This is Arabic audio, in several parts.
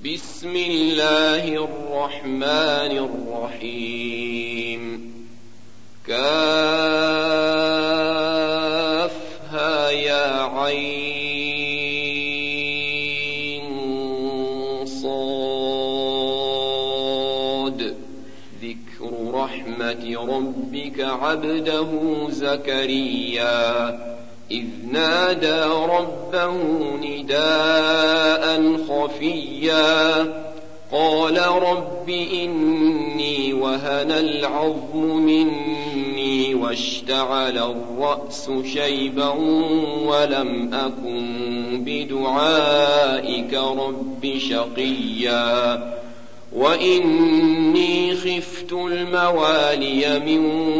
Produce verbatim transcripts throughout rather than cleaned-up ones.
بسم الله الرحمن الرحيم كافها يا عين صاد ذكر رحمة ربك عبده زكريا إذ نادى ربه نداء خفيا قال رب إني وهن العظم مني واشتعل الرأس شيبا ولم أكن بدعائك رب شقيا وإني خفت الموالي من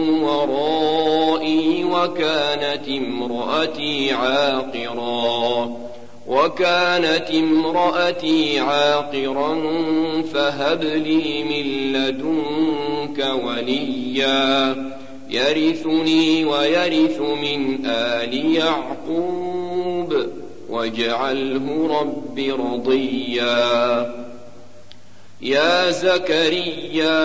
ورائي وكانت امرأتي عاقرا وكانت امرأتي عاقرا فهب لي من لدنك وليا يرثني ويرث من آل يعقوب واجعله رب رضيا يا زكريا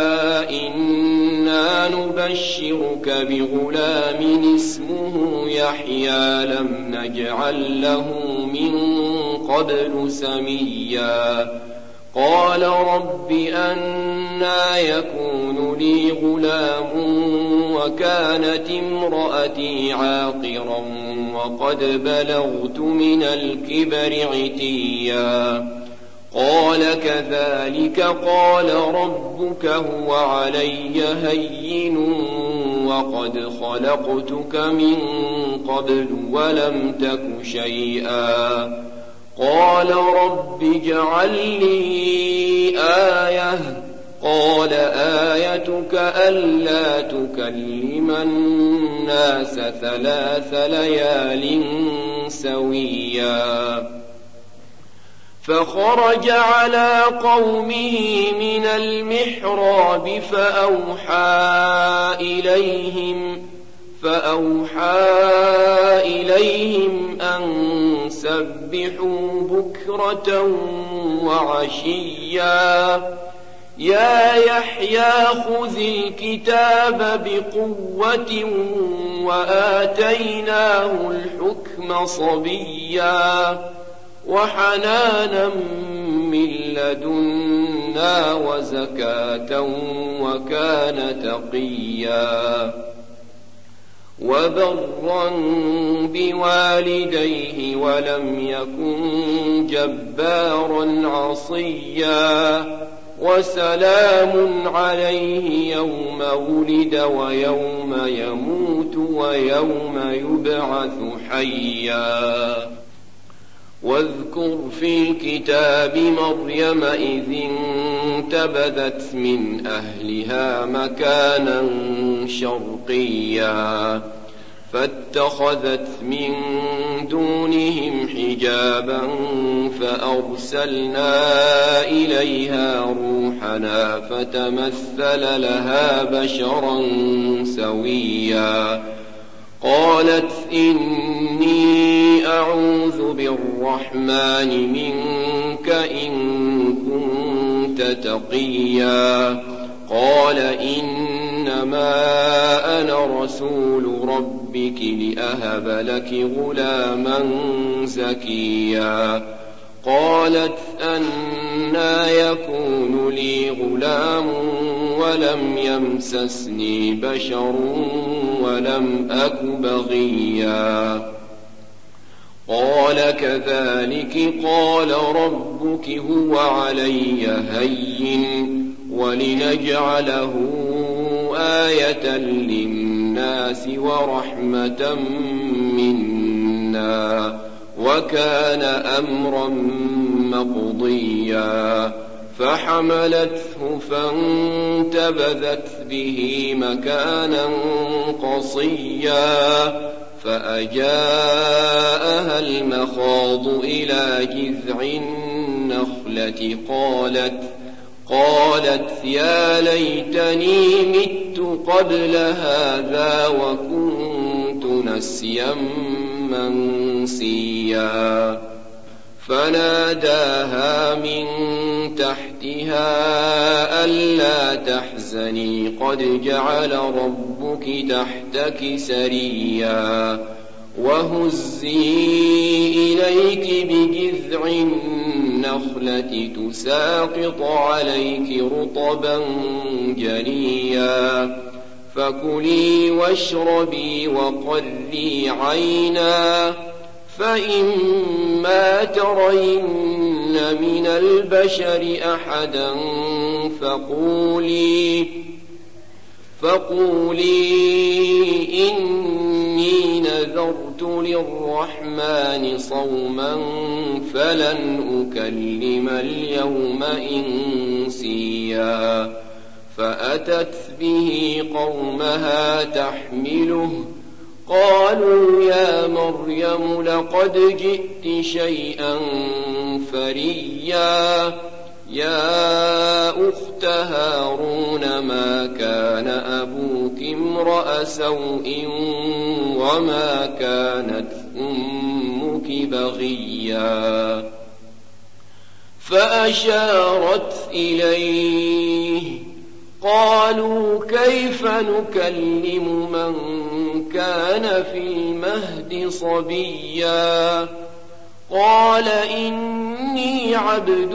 إنا نبشرك بغلام اسمه يحيى لم نجعل له من قبل سميا قال رب أنى يكون لي غلام وكانت امرأتي عاقرا وقد بلغت من الكبر عتيا قال كذلك قال ربك هو علي هين وقد خلقتك من قبل ولم تك شيئا قال رب اجعل لي آية قال آيتك ألا تكلم الناس ثلاث ليال سويا فخرج على قومه من المحراب فأوحى إليهم فأوحى إليهم أن سبحوا بكرة وعشيا يا يحيى خذ الكتاب بقوة وآتيناه الحكم صبيا وحنانا من لدنا وزكاة وكان تقيا وبرا بوالديه ولم يكن جبارا عصيا وسلام عليه يوم ولد ويوم يموت ويوم يبعث حيا واذكر في الكتاب مريم إذ انتبذت من أهلها مكانا شرقيا فاتخذت من دونهم حجابا فأرسلنا إليها روحنا فتمثل لها بشرا سويا قالت إني أعوذ بالرحمن منك إن كنت تقيا قال إنما أنا رسول ربك لأهب لك غلاما زكيا قالت أنى يكون لي غلام ولم يمسسني بشر ولم أك بغيا قال كذلك قال ربك هو علي هين ولنجعله آية للناس ورحمة منا وكان أمرا مقضيا فحملته فانتبذت به مكانا قصيا فأجاءها المخاض إلى جذع النخلة قالت قالت يا ليتني مت قبل هذا وكنت نسيا منسيا فناداها من تحتها ألا تحزني قد جعل ربك تحتك سريا وهزي إليك بجذع النخلة تساقط عليك رطبا جنيا فكلي واشربي وقري عينا فإما ترين من البشر أحدا فقولي فقولي إني نذرت للرحمن صوما فلن أكلم اليوم إنسيا فأتت به قومها تحمله قالوا يا مريم لقد جئت شيئا فريا يا أخت هارون ما كان أبوك امرأ سوء وما كانت أمك بغيا فأشارت إليه قالوا كيف نكلم من كان في المهد صبيا قال إني عبد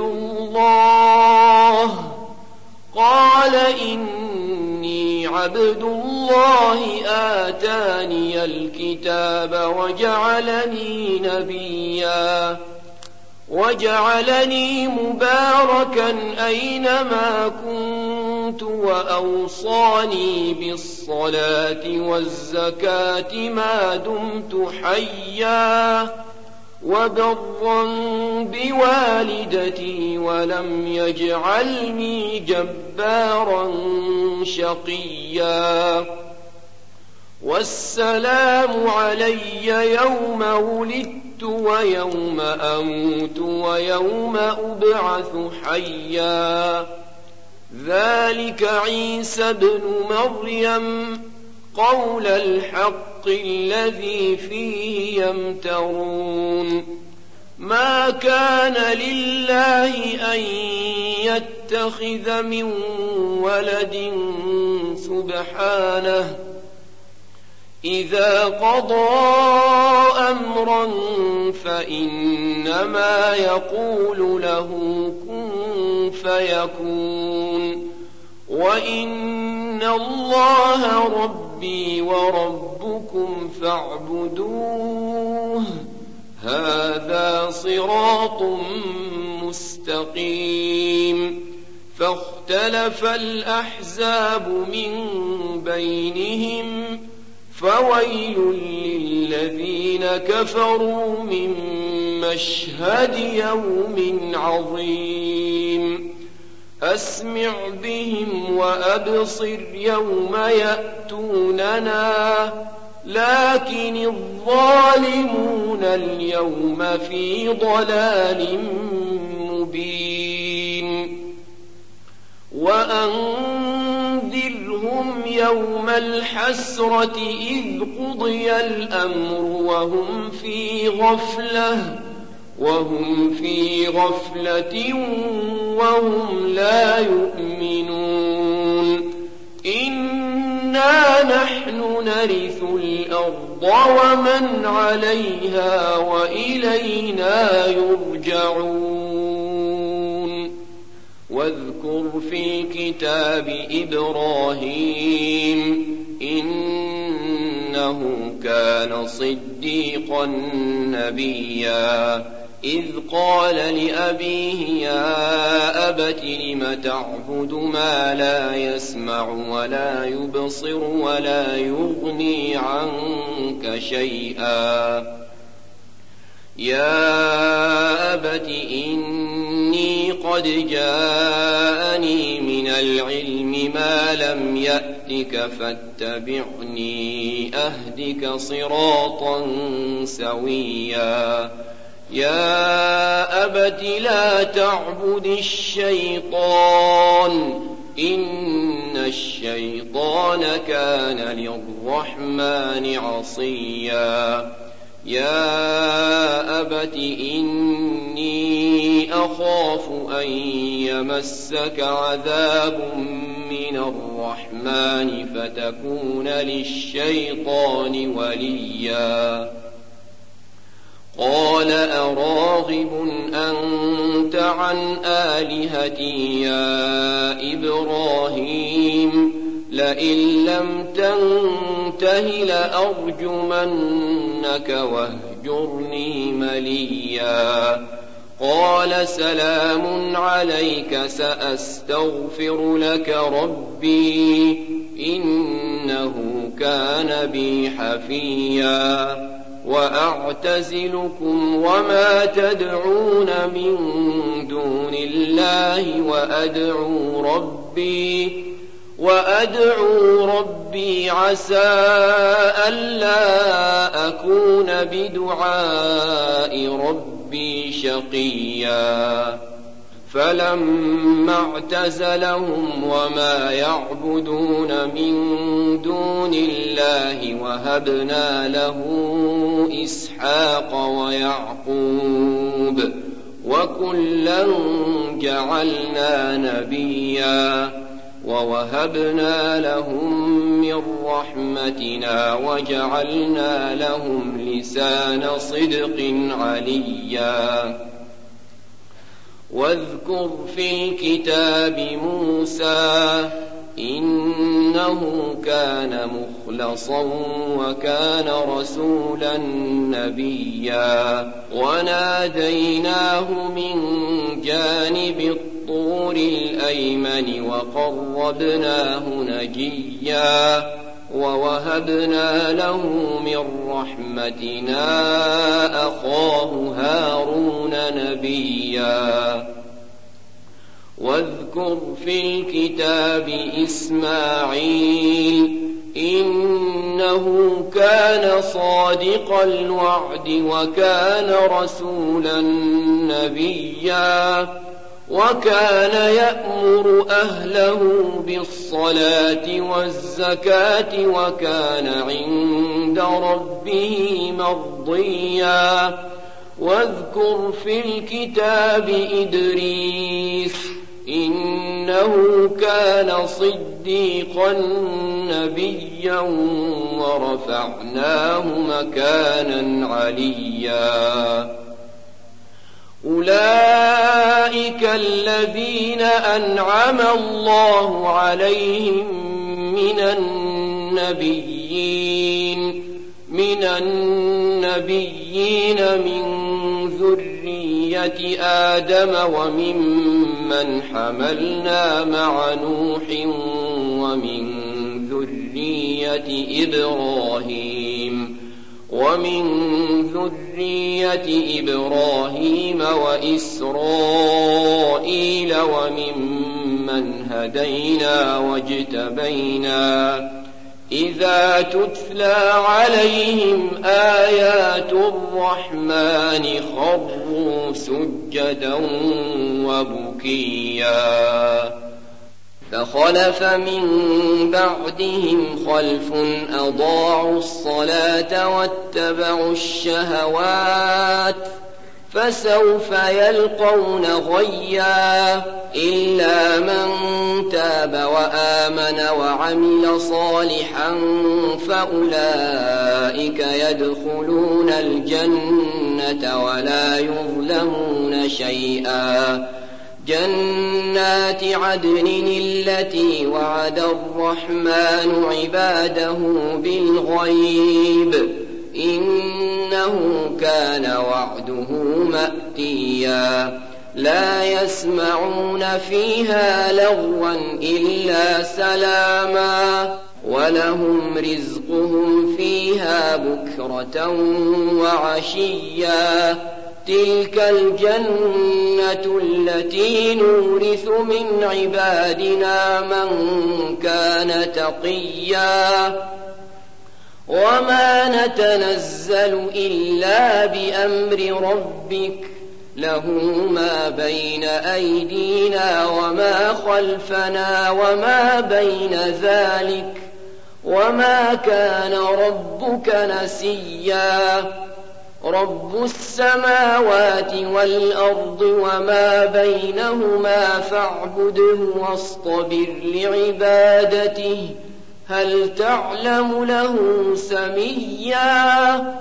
الله قال إني عبد الله آتاني الكتاب وجعلني نبيا وجعلني مباركا أينما كنت وأوصاني بالصلاة والزكاة ما دمت حيا وبرا بوالدتي ولم يجعلني جبارا شقيا والسلام علي يوم ولدت ويوم أموت ويوم أبعث حيا ذلك عيسى بن مريم قول الحق الذي فيه يمترون ما كان لله أن يتخذ من ولد سبحانه إذا قضى أمرا فإنما يقول له كن فيكون وإن الله ربي وربكم فاعبدوه هذا صراط مستقيم فاختلف الأحزاب من بينهم فويل للذين كفروا من مشهد يوم عظيم أسمع بهم وأبصر يوم يأتوننا لكن الظالمون اليوم في ضلال مبين وأنذرهم يوم الحسرة إذ قضي الأمر وهم في غفلة وهم في غفلة وهم لا يؤمنون إنا نحن نرث الأرض ومن عليها وإلينا يرجعون واذكر في الكتاب إبراهيم إنه كان صديقا نبيا إذ قال لأبيه يا أبت لم تعبد ما لا يسمع ولا يبصر ولا يغني عنك شيئا يا أبت إني قد جاءني من العلم ما لم يأتك فاتبعني أهدك صراطا سويا يا أبت لا تعبد الشيطان إن الشيطان كان للرحمن عصيا يا أبت إني أخاف أن يمسك عذاب من الرحمن فتكون للشيطان وليا قال أراغب أنت عن آلهتي يا إبراهيم لئن لم تنته لأرجمنك واهجرني مليا قال سلام عليك سأستغفر لك ربي إنه كان بي حفيا وأعتزلكم وما تدعون من دون الله وأدعو ربي وأدعو ربي عسى ألا أكون بدعاء ربي شقيا فلما اعتزلهم وما يعبدون من دون الله وهبنا له إسحاق ويعقوب وكلا جعلنا نبيا ووهبنا لهم من رحمتنا وجعلنا لهم لسان صدق عليا واذكر في الكتاب موسى إنه كان مخلصا وكان رسولا نبيا وناديناه من جانب الطور الأيمن وقربناه نجيا ووهبنا له من رحمتنا أخاه هارون نبيا واذكر في الكتاب إسماعيل إنه كان صادق الوعد وكان رسولا نبيا وكان يأمر أهله بالصلاة والزكاة وكان عند ربه مرضيا واذكر في الكتاب إدريس إنه كان صديقا نبيا ورفعناه مكانا عليا أولئك الذين أنعم الله عليهم من النبيين من النبيين من ذرية آدم وممن حملنا مع نوح ومن ذرية إبراهيم ومن ذرية إبراهيم وإسرائيل وممن هدينا واجتبينا إذا تتلى عليهم آيات الرحمن خروا سجدا وبكيا فخلف من بعدهم خلف أضاعوا الصلاة واتبعوا الشهوات فسوف يلقون غيا إلا من تاب وآمن وعمل صالحا فأولئك يدخلون الجنة ولا يظلمون شيئا جنات عدن التي وعد الرحمن عباده بالغيب إنه كان وعده مأتيا لا يسمعون فيها لغوا إلا سلاما ولهم رزقهم فيها بكرة وعشيا تلك الجنة التي نورث من عبادنا من كان تقيا وما نتنزل إلا بأمر ربك له ما بين أيدينا وما خلفنا وما بين ذلك وما كان ربك نسيا رب السماوات والأرض وما بينهما فاعبده واصطبر لعبادته هل تعلم له سميا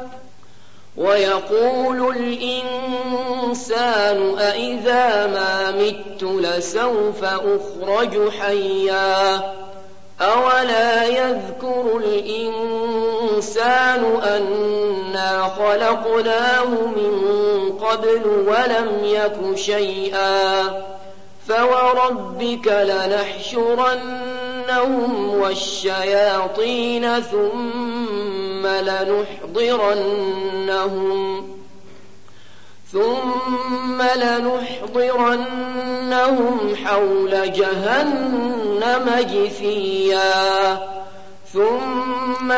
ويقول الإنسان أإذا ما مت لسوف أخرج حيا أولا يذكر الإنسان أنا خلقناه من قبل ولم يك شيئا فوربك لنحشرنهم والشياطين ثم لنحضرنهم ثم لنحضرنهم حول جهنم جثيا ثم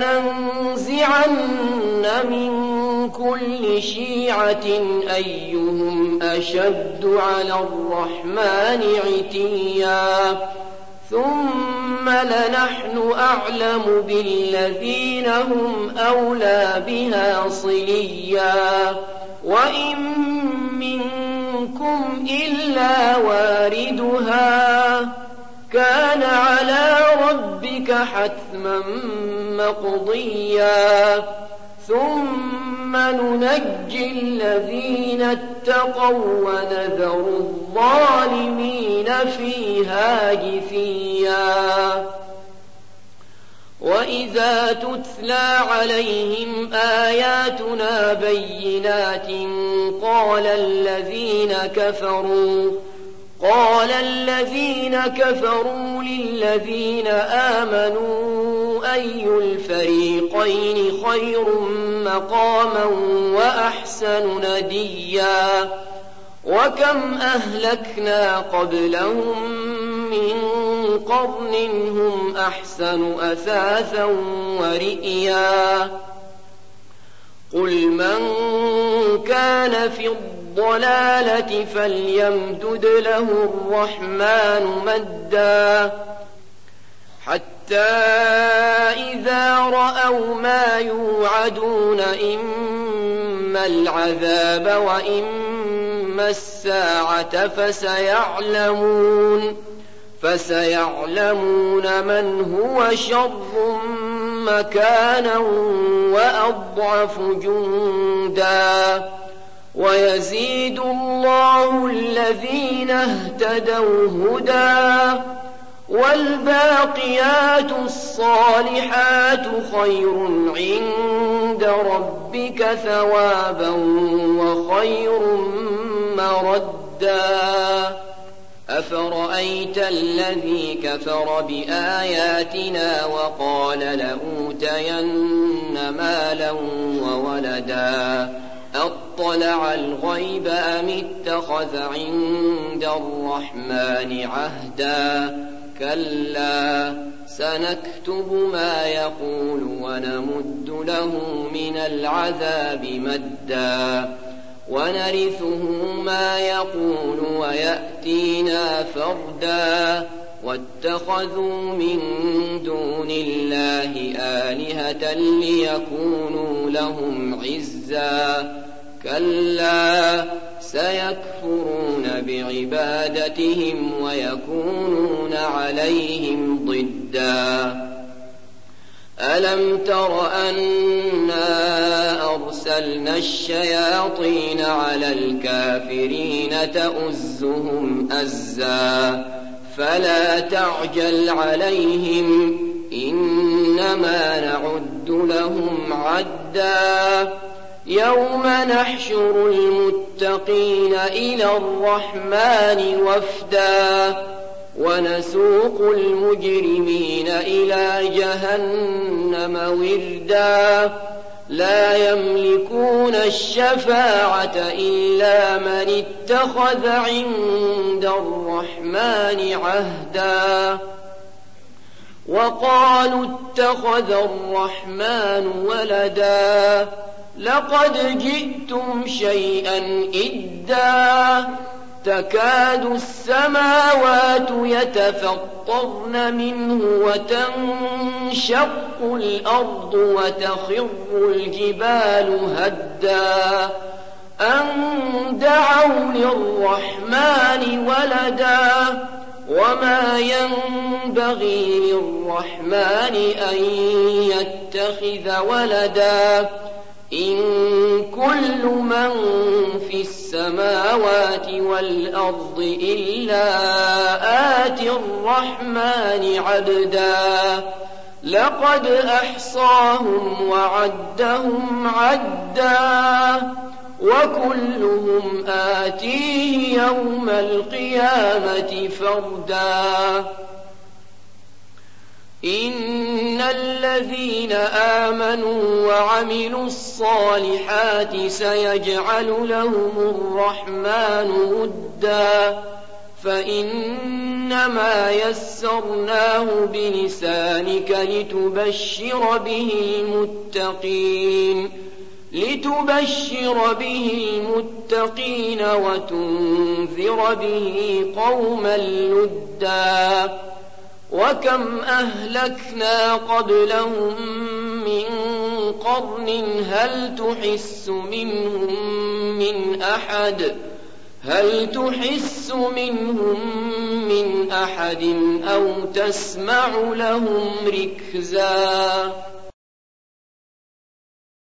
لننزعن من كل شيعة أيهم أشد على الرحمن عتيا ثم لنحن أعلم بالذين هم أولى بها صليا وإن منكم إلا واردها كان على ربك حتما مقضيا ثم ننجي الذين اتقوا ونذر الظالمين فيها جثيا وإذا تتلى عليهم آياتنا بينات قال الذين كفروا قال الذين كفروا للذين آمنوا أي الفريقين خير مقاما وأحسن نديا وكم أهلكنا قبلهم من قرن هم أحسن أثاثا ورئيا قل من كان في الضلالة فليمدد له الرحمن مدا حتى إذا رأوا ما يوعدون إما العذاب وإما الساعة فسيعلمون فسيعلمون من هو شر مكانا وأضعف جندا ويزيد الله الذين اهتدوا هدى والباقيات الصالحات خير عند ربك ثوابا وخير مردا أفرأيت الذي كفر بآياتنا وقال لأوتين مالا وولدا أطلع الغيب أم اتخذ عند الرحمن عهدا كلا سنكتب ما يقول ونمد له من العذاب مدا ونرثه ما يقول ويأتينا فردا واتخذوا من دون الله آلهة ليكونوا لهم عزا كلا سيكفرون بعبادتهم ويكونون عليهم ضدا ألم تر أنا أرسلنا الشياطين على الكافرين تؤزهم أزا فلا تعجل عليهم إنما نعد لهم عدا يوم نحشر المتقين إلى الرحمن وفدا ونسوق المجرمين إلى جهنم وردا لا يملكون الشفاعة إلا من اتخذ عند الرحمن عهدا وقالوا اتخذ الرحمن ولدا لقد جئتم شيئا إدا تكاد السماوات يتفطرن منه وتنشق الأرض وتخر الجبال هدا أن دعوا للرحمن ولدا وما ينبغي للرحمن أن يتخذ ولدا إن كل من في السماوات والأرض إلا آتي الرحمن عبدا لقد أحصاهم وعدهم عدا وكلهم آتيه يوم القيامة فردا إن الذين آمنوا وعملوا الصالحات سيجعل لهم الرحمن ودا فإنما يسرناه بلسانك لتبشر به المتقين لتبشر به المتقين وتنذر به قوما لدا وكم أهلكنا قبلهم من قرن هل تحس منهم من أحد هل تحس منهم من أحد أو تسمع لهم ركزا